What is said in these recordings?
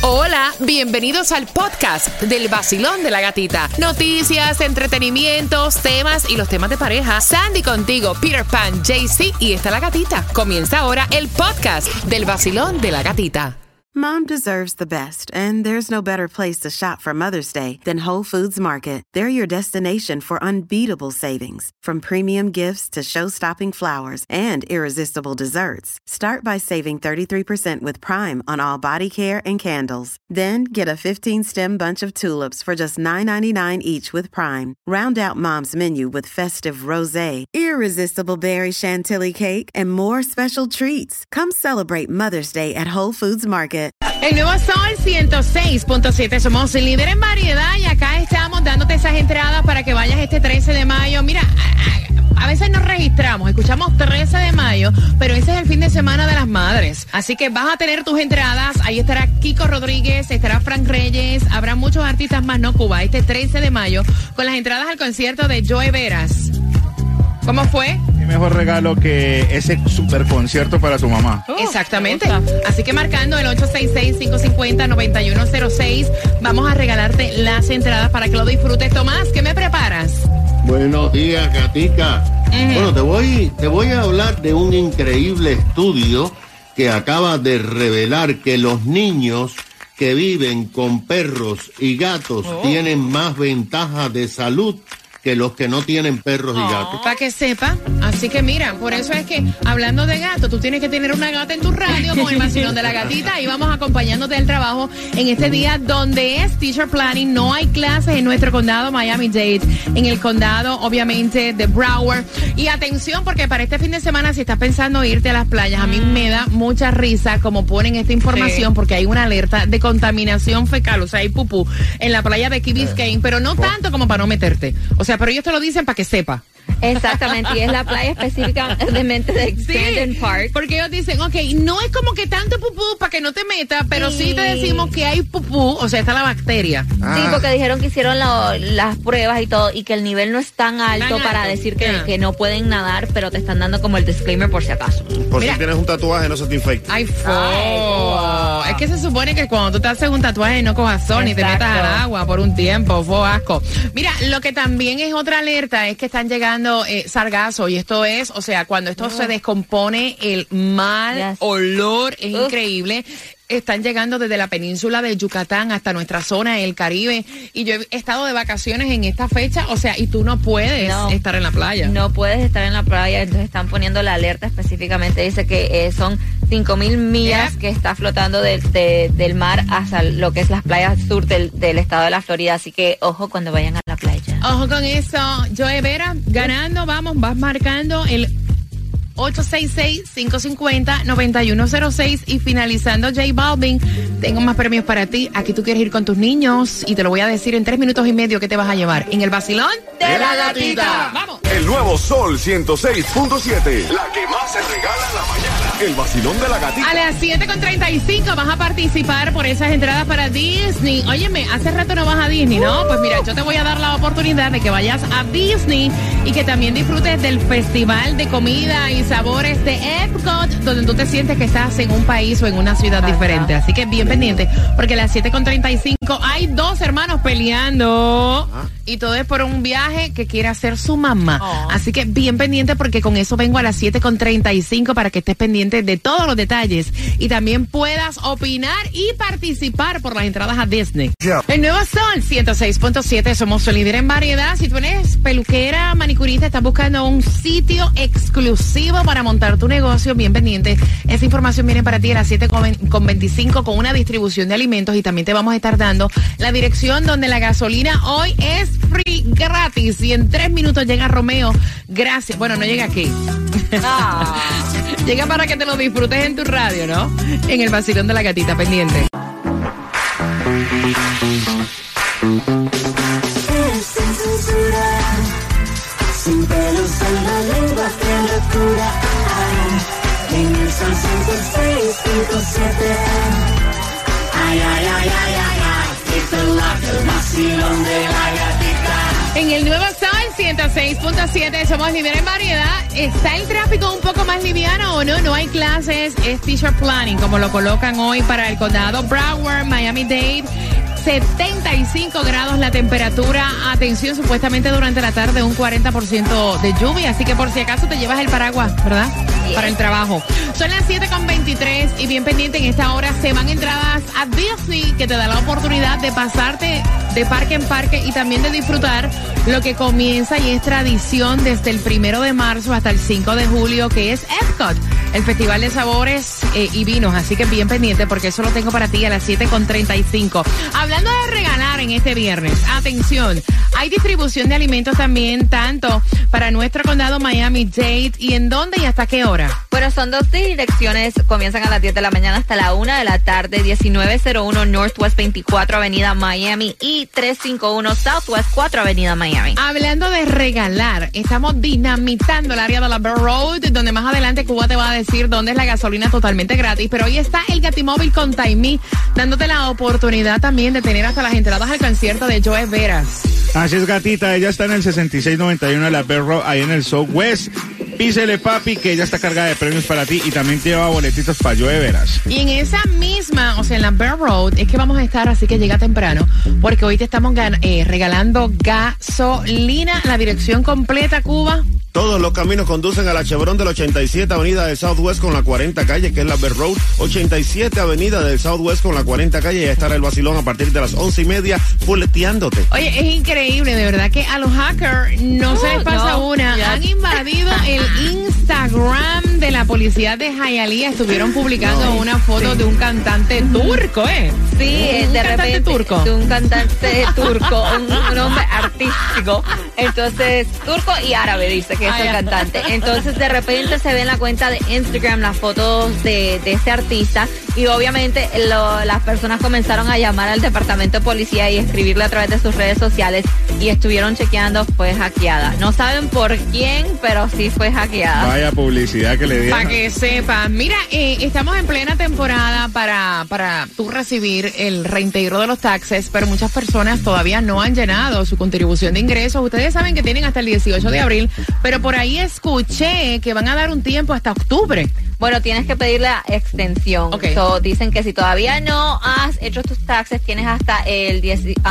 Hola, bienvenidos al podcast del Vacilón de la Gatita. Noticias, entretenimientos, temas y los temas de pareja. Sandy contigo, Peter Pan, JC y está la gatita. Comienza ahora el podcast del Vacilón de la Gatita. Mom deserves the best, and there's no better place to shop for Mother's Day than Whole Foods Market. They're your destination for unbeatable savings, from premium gifts to show-stopping flowers and irresistible desserts. Start by saving 33% with Prime on all body care and candles. Then get a 15-stem bunch of tulips for just $9.99 each with Prime. Round out Mom's menu with festive rosé, irresistible berry chantilly cake, and more special treats. Come celebrate Mother's Day at Whole Foods Market. El nuevo Sol 106.7, somos el líder en variedad y acá estamos dándote esas entradas para que vayas este 13 de mayo. Mira, a veces nos registramos, escuchamos 13 de mayo, pero ese es el fin de semana de las madres. Así que vas a tener tus entradas, ahí estará Kiko Rodríguez, estará Frank Reyes, habrá muchos artistas más, no Cuba, este 13 de mayo, con las entradas al concierto de Joe Veras. ¿Cómo fue? Qué mejor regalo que ese super concierto para tu mamá. Exactamente. Así que marcando el 866-550-9106, vamos a regalarte las entradas para que lo disfrutes. Tomás, ¿qué me preparas? Buenos días, Gatica. Bueno, te voy a hablar de un increíble estudio que acaba de revelar que los niños que viven con perros y gatos tienen más ventajas de salud que los que no tienen perros y gatos. Para que sepa. Así que mira, por eso es que, hablando de gato, tú tienes que tener una gata en tu radio con el Vacilón de la Gatita. Y vamos acompañándote del trabajo en este día donde es Teacher Planning. No hay clases en nuestro condado Miami-Dade, en el condado, obviamente, de Broward. Y atención, porque para este fin de semana, si estás pensando irte a las playas, a mí me da mucha risa como ponen esta información, porque hay una alerta de contaminación fecal, o sea, hay pupú en la playa de Key Biscayne, pero no tanto como para no meterte. O sea, pero ellos te lo dicen para que sepa. Exactamente, y es la playa específicamente de Extended Park. Porque ellos dicen, ok, no es como que tanto pupú para que no te metas, pero sí te decimos que hay pupú, o sea, está la bacteria. Sí, porque dijeron que hicieron las pruebas y todo, y que el nivel no es tan alto para decir que no pueden nadar, pero te están dando como el disclaimer por si acaso. Por si tienes un tatuaje, no se te infecta. Ay, es que se supone que cuando tú te haces un tatuaje no cojas sol ni te metas al agua por un tiempo, asco. Mira, lo que también es otra alerta es que están llegando sargazo, y esto es, o sea, cuando esto se descompone, el mal olor es increíble. Están llegando desde la península de Yucatán hasta nuestra zona, el Caribe, y yo he estado de vacaciones en esta fecha, o sea, y tú no puedes estar en la playa. No puedes estar en la playa, entonces están poniendo la alerta específicamente, dice que son 5,000 millas que está flotando del mar hasta lo que es las playas sur del estado de la Florida, así que ojo cuando vayan a la playa. Ojo con eso. Joe Vera, ganando, vas marcando el 866-550-9106 y finalizando J Balvin, tengo más premios para ti. Aquí tú quieres ir con tus niños y te lo voy a decir en 3 minutos y medio que te vas a llevar en el Vacilón de la Gatita. ¡Vamos! El nuevo Sol 106.7, la que más se regala en la mañana. El Vacilón de la Gatita. A las 7:35 vas a participar por esas entradas para Disney. Óyeme, hace rato no vas a Disney, ¿no? Pues mira, yo te voy a dar la oportunidad de que vayas a Disney y que también disfrutes del festival de comida y sabores de Epcot, donde tú te sientes que estás en un país o en una ciudad diferente. Así que bien pendiente, porque a las 7:35 hay 2 hermanos peleando y todo es por un viaje que quiere hacer su mamá. Así que bien pendiente, porque con eso vengo a las 7:35 para que estés pendiente de todos los detalles y también puedas opinar y participar por las entradas a Disney. El nuevo Sol 106.7, somos su líder en variedad. Si tú eres peluquera, manicurista, estás buscando un sitio exclusivo para montar tu negocio, bien pendiente. Esa información viene para ti a las 7:25 con una distribución de alimentos, y también te vamos a estar dando la dirección donde la gasolina hoy es free, gratis, y en 3 minutos llega Romeo. Gracias. Bueno, no llega aquí. Llega para que te lo disfrutes en tu radio, ¿no? En el Vacilón de la Gatita, pendiente. Sin pelos en la lengua, qué locura hay. En el Sol 106.7. Ay, ay, ay, ay, ay, ay. It's the Vacilón de la Gatita. En el nuevo Sol 106.7, somos líderes en variedad. ¿Está el tráfico un poco más liviano o no? No hay clases, es teacher planning, como lo colocan hoy para el condado Broward, Miami-Dade. 75 grados la temperatura. Atención, supuestamente durante la tarde un 40% de lluvia. Así que por si acaso te llevas el paraguas, ¿verdad? Yeah. Para el trabajo. Son las 7:23 y bien pendiente, en esta hora se van entradas a Disney, que te da la oportunidad de pasarte de parque en parque y también de disfrutar lo que comienza y es tradición desde el 1 de marzo hasta el 5 de julio, que es Epcot, el Festival de Sabores y Vinos. Así que bien pendiente porque eso lo tengo para ti a las 7:35. Hablando de regalar en este viernes, atención, hay distribución de alimentos también, tanto para nuestro condado Miami-Dade. ¿Y en dónde y hasta qué hora? Bueno, son 2 direcciones, comienzan a las 10 de la mañana hasta la 1 de la tarde, 1901 Northwest 24 Avenida Miami y 351 Southwest 4 Avenida Miami. Hablando de regalar, estamos dinamitando el área de la Bell Road, donde más adelante Cuba te va a decir dónde es la gasolina totalmente gratis, pero hoy está el Gatimóvil con Taimí, dándote la oportunidad también de tener hasta las entradas al concierto de Joe Veras. Así es, gatita, ella está en el 6691 de la Bell Road, ahí en el Southwest. Písele, papi, que ella está cargada de premios para ti y también te lleva boletitos para Joe Veras. Y en esa misma, o sea, en la Bell Road, es que vamos a estar, así que llega temprano, porque hoy te estamos regalando gasolina. La dirección completa, Cuba. Todos los caminos conducen a la Chevron de la 87 Avenida del Southwest con la 40 calle, que es la Bell Road. 87 Avenida del Southwest con la 40 calle. Ya estará el vacilón a partir de las 11:30, fuleteándote. Oye, es increíble, de verdad que a los hackers no se les pasa una. Yes. Han invadido el Instagram de la policía de Hialeah. Estuvieron publicando una foto de un cantante turco, Sí, de repente turco. De un cantante turco, un hombre artístico. Entonces, turco y árabe, dice que es el cantante. Entonces, de repente se ve en la cuenta de Instagram las fotos de este artista y obviamente las personas comenzaron a llamar al departamento de policía y escribirle a través de sus redes sociales y estuvieron chequeando, fue hackeada. No saben por quién, pero sí fue hackeada. Vaya publicidad que le dieron. Para que sepan. Mira, estamos en plena temporada para tú recibir el reintegro de los taxes, pero muchas personas todavía no han llenado su contribución de ingresos. Ustedes saben que tienen hasta el 18 de abril, pero por ahí escuché que van a dar un tiempo hasta octubre. Bueno, tienes que pedir la extensión. Okay. Dicen que si todavía no has hecho tus taxes, tienes hasta el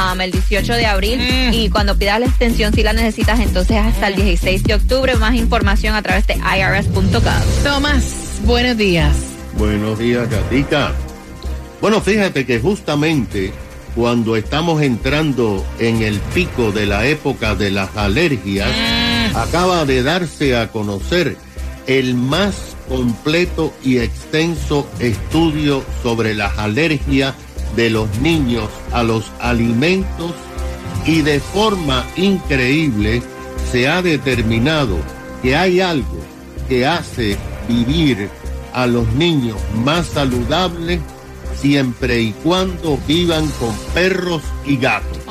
18 de abril. Y cuando pidas la extensión, si la necesitas, entonces hasta el 16 de octubre. Más información a través de irs.gov. Tomás, buenos días. Buenos días, Gatica. Bueno, fíjate que justamente cuando estamos entrando en el pico de la época de las alergias, acaba de darse a conocer el más completo y extenso estudio sobre las alergias de los niños a los alimentos y de forma increíble se ha determinado que hay algo que hace vivir a los niños más saludables siempre y cuando vivan con perros y gatos.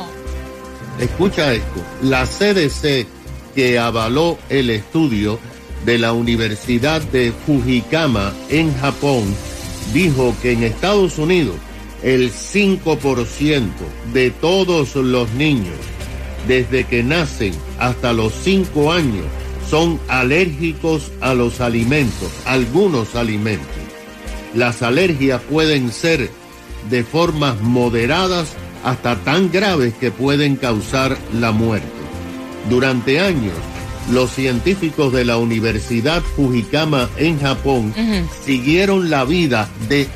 Escucha esto, la CDC, que avaló el estudio de la Universidad de Fujikama en Japón, dijo que en Estados Unidos el 5% de todos los niños desde que nacen hasta los 5 años son alérgicos a los alimentos, algunos alimentos. Las alergias pueden ser de formas moderadas hasta tan graves que pueden causar la muerte. Durante años, los científicos de la Universidad Fujikama en Japón siguieron la vida de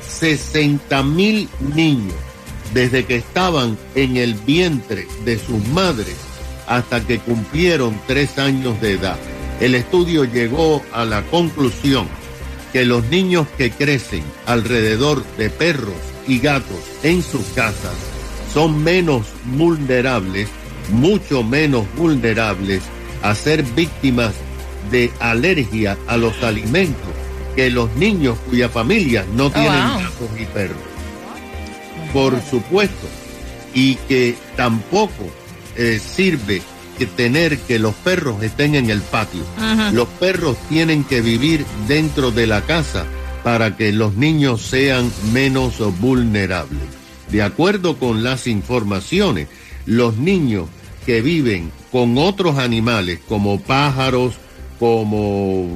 60,000 niños desde que estaban en el vientre de sus madres hasta que cumplieron 3 años de edad. El estudio llegó a la conclusión que los niños que crecen alrededor de perros y gatos en sus casas son menos vulnerables, mucho menos vulnerables a ser víctimas de alergia a los alimentos que los niños cuya familia no tienen gatos y perros. Por supuesto, y que tampoco sirve que tener que los perros estén en el patio. Los perros tienen que vivir dentro de la casa para que los niños sean menos vulnerables. De acuerdo con las informaciones, los niños que viven con otros animales, como pájaros, como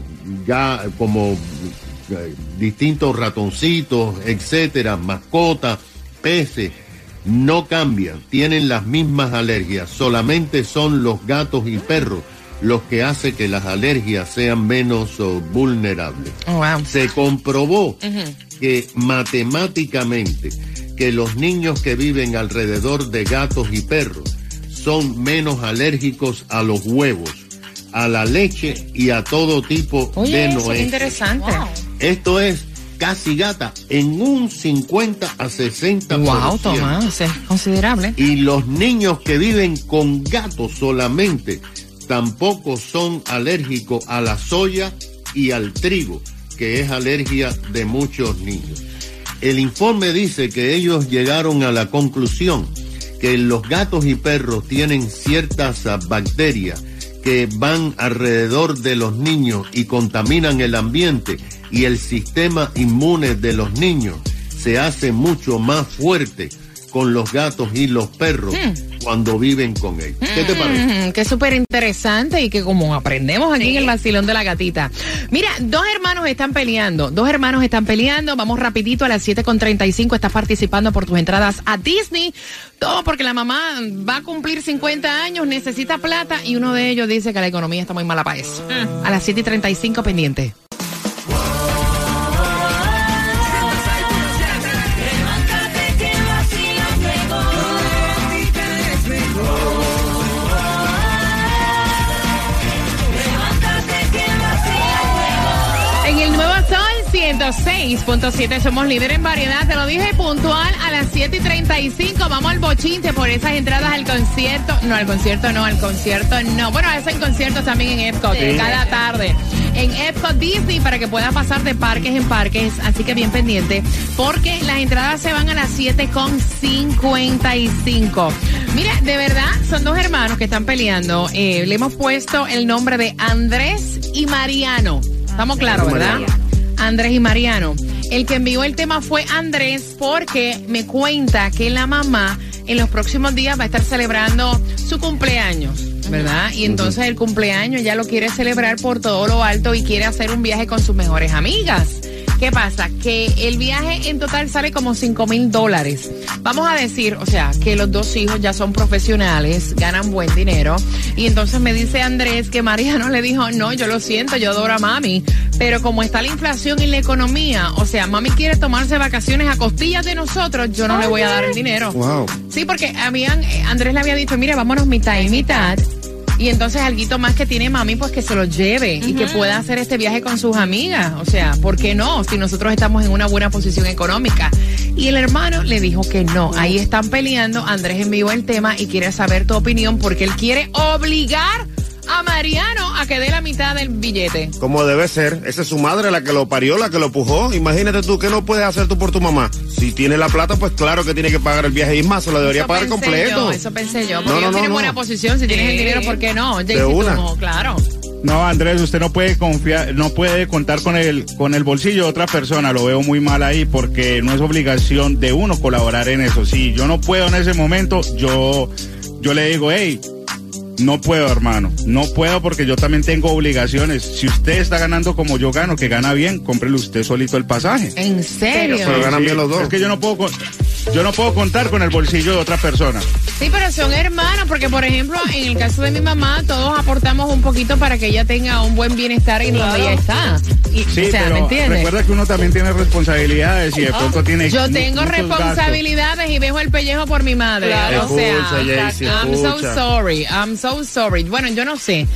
distintos ratoncitos, etcétera, mascotas, peces, no cambian, tienen las mismas alergias, solamente son los gatos y perros los que hace que las alergias sean menos vulnerables. Oh, wow. Se comprobó que matemáticamente que los niños que viven alrededor de gatos y perros son menos alérgicos a los huevos, a la leche y a todo tipo de eso nueces. es interesante. Wow. Esto es casi gata en un 50 a 60%. Wow, Tomás, es considerable. Y los niños que viven con gatos solamente tampoco son alérgicos a la soya y al trigo, que es alergia de muchos niños. El informe dice que ellos llegaron a la conclusión que los gatos y perros tienen ciertas bacterias que van alrededor de los niños y contaminan el ambiente, y el sistema inmune de los niños se hace mucho más fuerte con los gatos y los perros cuando viven con ellos. ¿Qué te parece? Que es súper interesante y que como aprendemos aquí en el vacilón de la gatita. Mira, dos hermanos están peleando. Vamos rapidito a las 7:35. Estás participando por tus entradas a Disney. Todo porque la mamá va a cumplir 50 años, necesita plata y uno de ellos dice que la economía está muy mala para eso. A las 7:35 pendiente. En el nuevo Sol 106.7 somos líder en variedad. Te lo dije puntual a las 7:35. Vamos al bochinche por esas entradas al concierto. Al concierto no. Bueno, hacen conciertos también en Epcot cada tarde. En Epcot Disney para que puedas pasar de parques en parques. Así que bien pendiente porque las entradas se van a las 7:55. Mira, de verdad, son dos hermanos que están peleando. Le hemos puesto el nombre de Andrés y Mariano. Estamos claros, ¿verdad? Andrés y Mariano. El que envió el tema fue Andrés porque me cuenta que la mamá en los próximos días va a estar celebrando su cumpleaños, ¿verdad? Y entonces el cumpleaños ya lo quiere celebrar por todo lo alto y quiere hacer un viaje con sus mejores amigas. ¿Qué pasa? Que el viaje en total sale como $5,000. Vamos a decir, o sea, que los dos hijos ya son profesionales, ganan buen dinero. Y entonces me dice Andrés que Mariano le dijo, no, yo lo siento, yo adoro a mami. Pero como está la inflación y la economía, o sea, mami quiere tomarse vacaciones a costillas de nosotros, yo no le voy a dar el dinero. Wow. Sí, porque Andrés le había dicho, mira, vámonos mitad y mitad. Y entonces alguito más que tiene mami, pues que se lo lleve y que pueda hacer este viaje con sus amigas. O sea, ¿por qué no? Si nosotros estamos en una buena posición económica. Y el hermano le dijo que no. Ahí están peleando. Andrés envió el tema y quiere saber tu opinión porque él quiere obligar a Mariano a que dé la mitad del billete. Como debe ser. Esa es su madre, la que lo parió, la que lo pujó. Imagínate tú, ¿qué no puedes hacer tú por tu mamá? Si tiene la plata, pues claro que tiene que pagar el viaje y más, se lo debería pagar completo. Eso pensé yo, porque ellos tienen buena posición. Si tienes el dinero, ¿por qué no? De una. No, claro. No, Andrés, usted no puede contar con el bolsillo de otra persona. Lo veo muy mal ahí porque no es obligación de uno colaborar en eso. Si yo no puedo en ese momento, yo le digo, hey, no puedo, hermano, no puedo porque yo también tengo obligaciones. Si usted está ganando como yo gano, que gana bien, cómprele usted solito el pasaje. ¿En serio? Pero ganan bien los dos. Es que yo no puedo contar con el bolsillo de otra persona. Sí, pero son hermanos, porque por ejemplo, en el caso de mi mamá, todos aportamos un poquito para que ella tenga un buen bienestar en donde ella está. Y, Sí, o sea, pero ¿me entiendes? recuerda que uno también tiene responsabilidades y de pronto tiene Yo tengo muchos responsabilidades y dejo el pellejo por mi madre. Claro. O sea, Escucha, Jaycee, I'm so escucha. sorry. I'm so sorry. Bueno, yo no sé.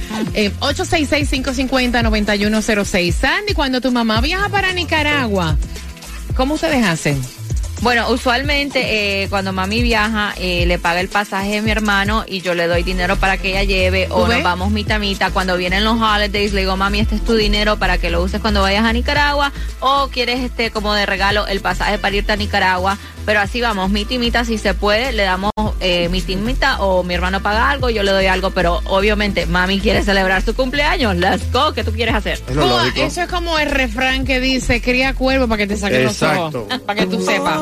866-550-9106. Sandy, cuando tu mamá viaja para Nicaragua, ¿cómo ustedes hacen? Bueno, usualmente cuando mami viaja, le paga el pasaje a mi hermano y yo le doy dinero para que ella lleve o ves? nos vamos mitad a mitad. Cuando vienen los holidays, le digo, mami, este es tu dinero para que lo uses cuando vayas a Nicaragua o quieres como de regalo el pasaje para irte a Nicaragua. Pero así vamos, mitad y mitad, si se puede, le damos mitad, o mi hermano paga algo, yo le doy algo, pero obviamente mami quiere celebrar su cumpleaños. Let's go, ¿qué tú quieres hacer? Es lo lógico. Eso es como el refrán que dice, cría cuervo para que te saquen los ojos. Para que tú sepas.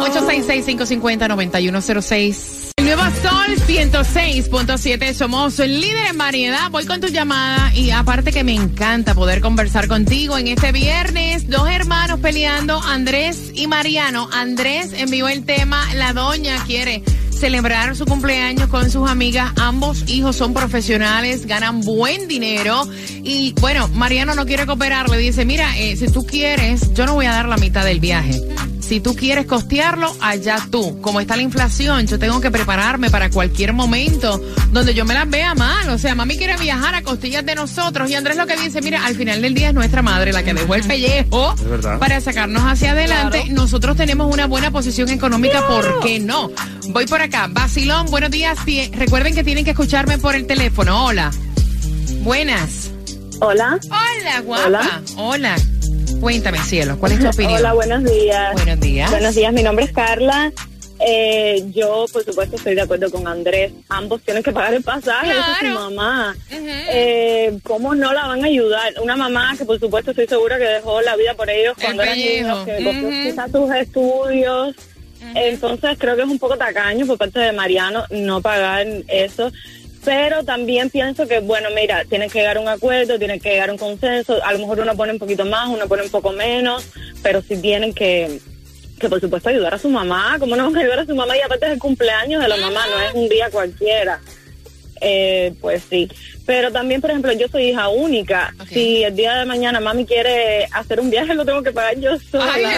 866-550-9106. El nuevo Sol 106.7. Somos el líder en variedad. Voy con tu llamada y aparte que me encanta poder conversar contigo en este viernes. Dos hermanos peleando, Andrés y Mariano. Andrés envió el tema, la doña quiere celebrar su cumpleaños con sus amigas. Ambos hijos son profesionales, ganan buen dinero. Y bueno, Mariano no quiere cooperar. Le dice, mira, si tú quieres, yo no voy a dar la mitad del viaje. Si tú quieres costearlo, allá tú. Como está la inflación, yo tengo que prepararme para cualquier momento donde yo me las vea mal. O sea, mami quiere viajar a costillas de nosotros. Y Andrés lo que dice, mira, al final del día es nuestra madre la que dejó el pellejo para sacarnos hacia adelante. Claro. Nosotros tenemos una buena posición económica, ¿por qué no? Voy por acá. Basilón, buenos días. Recuerden que tienen que escucharme por el teléfono. Hola. Buenas. Hola. Hola, guapa. Hola. Cuéntame, cielo, ¿cuál es tu opinión? Hola, buenos días. Buenos días. Buenos días, mi nombre es Carla. Yo, por supuesto, estoy de acuerdo con Andrés. Ambos tienen que pagar el pasaje, eso es su mamá. ¿Cómo no la van a ayudar? Una mamá que, por supuesto, estoy segura que dejó la vida por ellos cuando eran niños, que cogió quizás sus estudios. Entonces, creo que es un poco tacaño por parte de Mariano no pagar eso. Pero también pienso que, bueno, mira, tienen que llegar a un acuerdo, tienen que llegar a un consenso. A lo mejor uno pone un poquito más, uno pone un poco menos, pero sí tienen que por supuesto, ayudar a su mamá. ¿Cómo no van a ayudar a su mamá? Y aparte es el cumpleaños de la mamá, no es un día cualquiera. Pues sí. Pero también, por ejemplo, yo soy hija única. Okay. Si el día de mañana mami quiere hacer un viaje, lo tengo que pagar yo sola. Ay,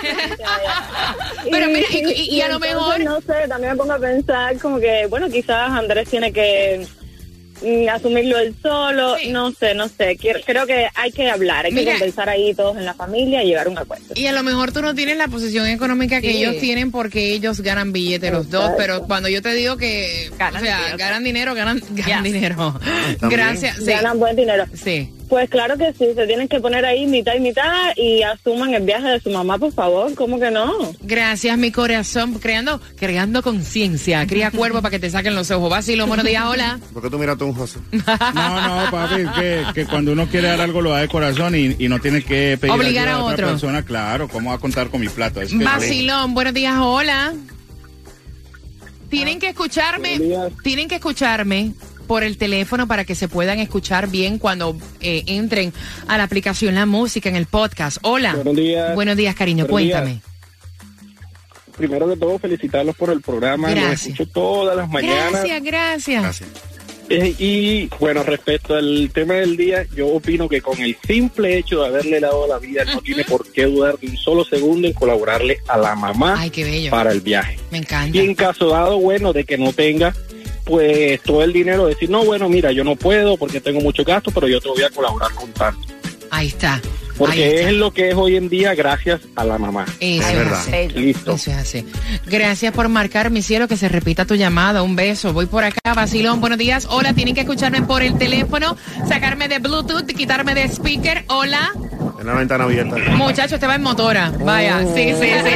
pero mira, y a lo mejor... No sé, también me pongo a pensar como que, bueno, quizás Andrés tiene que asumirlo él solo, sí. No sé, creo que hay que hablar, hay que conversar ahí todos en la familia y llegar a un acuerdo. Y a lo mejor tú no tienes la posición económica que ellos tienen porque ellos ganan billetes los dos, pero cuando yo te digo que ganan dinero, ganan dinero. Gracias. Sí. Ganan buen dinero. Sí. Pues claro que sí, se tienen que poner ahí mitad y mitad y asuman el viaje de su mamá, por favor, ¿cómo que no? Gracias, mi corazón, creando conciencia, cría cuervo para que te saquen los ojos. Basilio, buenos días, hola. ¿Por qué tú miras a un José? No, papi, que cuando uno quiere dar algo lo da de corazón y no tiene que pedir obligar a otra persona, claro, ¿cómo va a contar con mi plato? Es que Basilón, buenos días, hola. Tienen que escucharme por el teléfono para que se puedan escuchar bien cuando entren a la aplicación La Música en el podcast. Hola. Buenos días. Buenos días, cariño. Cuéntame. Primero que todo, felicitarlos por el programa. Gracias. Lo escucho todas las mañanas. Gracias. Y bueno, respecto al tema del día, yo opino que con el simple hecho de haberle dado la vida, no tiene por qué dudar de un solo segundo en colaborarle a la mamá. Ay, qué bello. Para el viaje. Me encanta. Y en caso dado, bueno, de que no tenga pues todo el dinero, decir, no, bueno, mira, yo no puedo porque tengo mucho gasto, pero yo te voy a colaborar con tanto. Ahí está. Porque es lo que es hoy en día gracias a la mamá. Eso es verdad. Listo. Eso es así. Gracias por marcar, mi cielo, que se repita tu llamada. Un beso. Voy por acá, Basilón, buenos días. Hola, tienen que escucharme por el teléfono, sacarme de Bluetooth, quitarme de speaker. Hola. En la ventana abierta. Muchacho, te va en motora. Vaya, sí.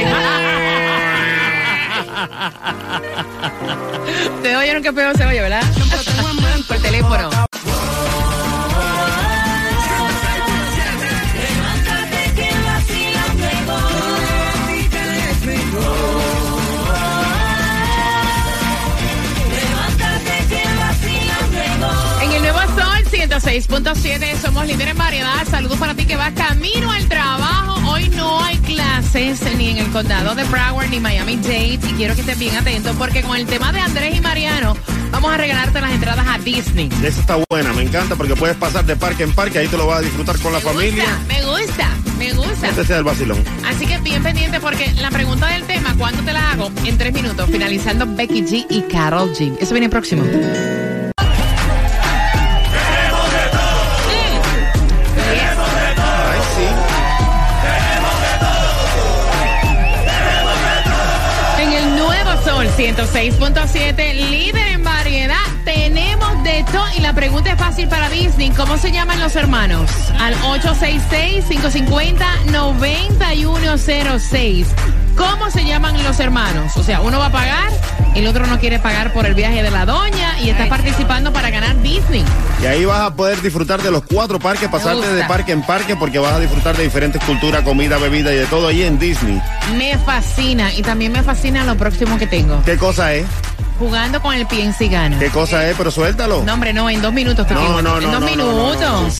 Te oyeron que peor se oye, ¿verdad? Por teléfono. En el Nuevo Sol 106.7 somos líderes en variedad. Saludos para ti que vas camino al trabajo. Hoy no hay clases ni en el condado de Broward ni Miami-Dade y quiero que estés bien atento porque con el tema de Andrés y Mariano vamos a regalarte las entradas a Disney. Esa está buena, me encanta porque puedes pasar de parque en parque, ahí te lo vas a disfrutar con la familia. Me gusta. Este sea el vacilón. Así que bien pendiente porque la pregunta del tema, ¿cuándo te la hago? En 3 minutos, finalizando Becky G y Karol G. Eso viene próximo. En el Nuevo Sol 106.7, líder en variedad, tenemos de todo. Y la pregunta es fácil para Disney. ¿Cómo se llaman los hermanos? Al 866-550-9106. ¿Cómo se llaman los hermanos? O sea, uno va a pagar, el otro no quiere pagar por el viaje de la doña y está participando para ganar Disney. Y ahí vas a poder disfrutar de los 4 parques, pasarte de parque en parque, porque vas a disfrutar de diferentes culturas, comida, bebida y de todo ahí en Disney. Me fascina y también me fascina lo próximo que tengo. ¿Qué cosa es? Jugando con el PNC Gana. ¿Qué cosa es? Pero suéltalo. No, hombre, no, en 2 minutos. No, en 2 minutos.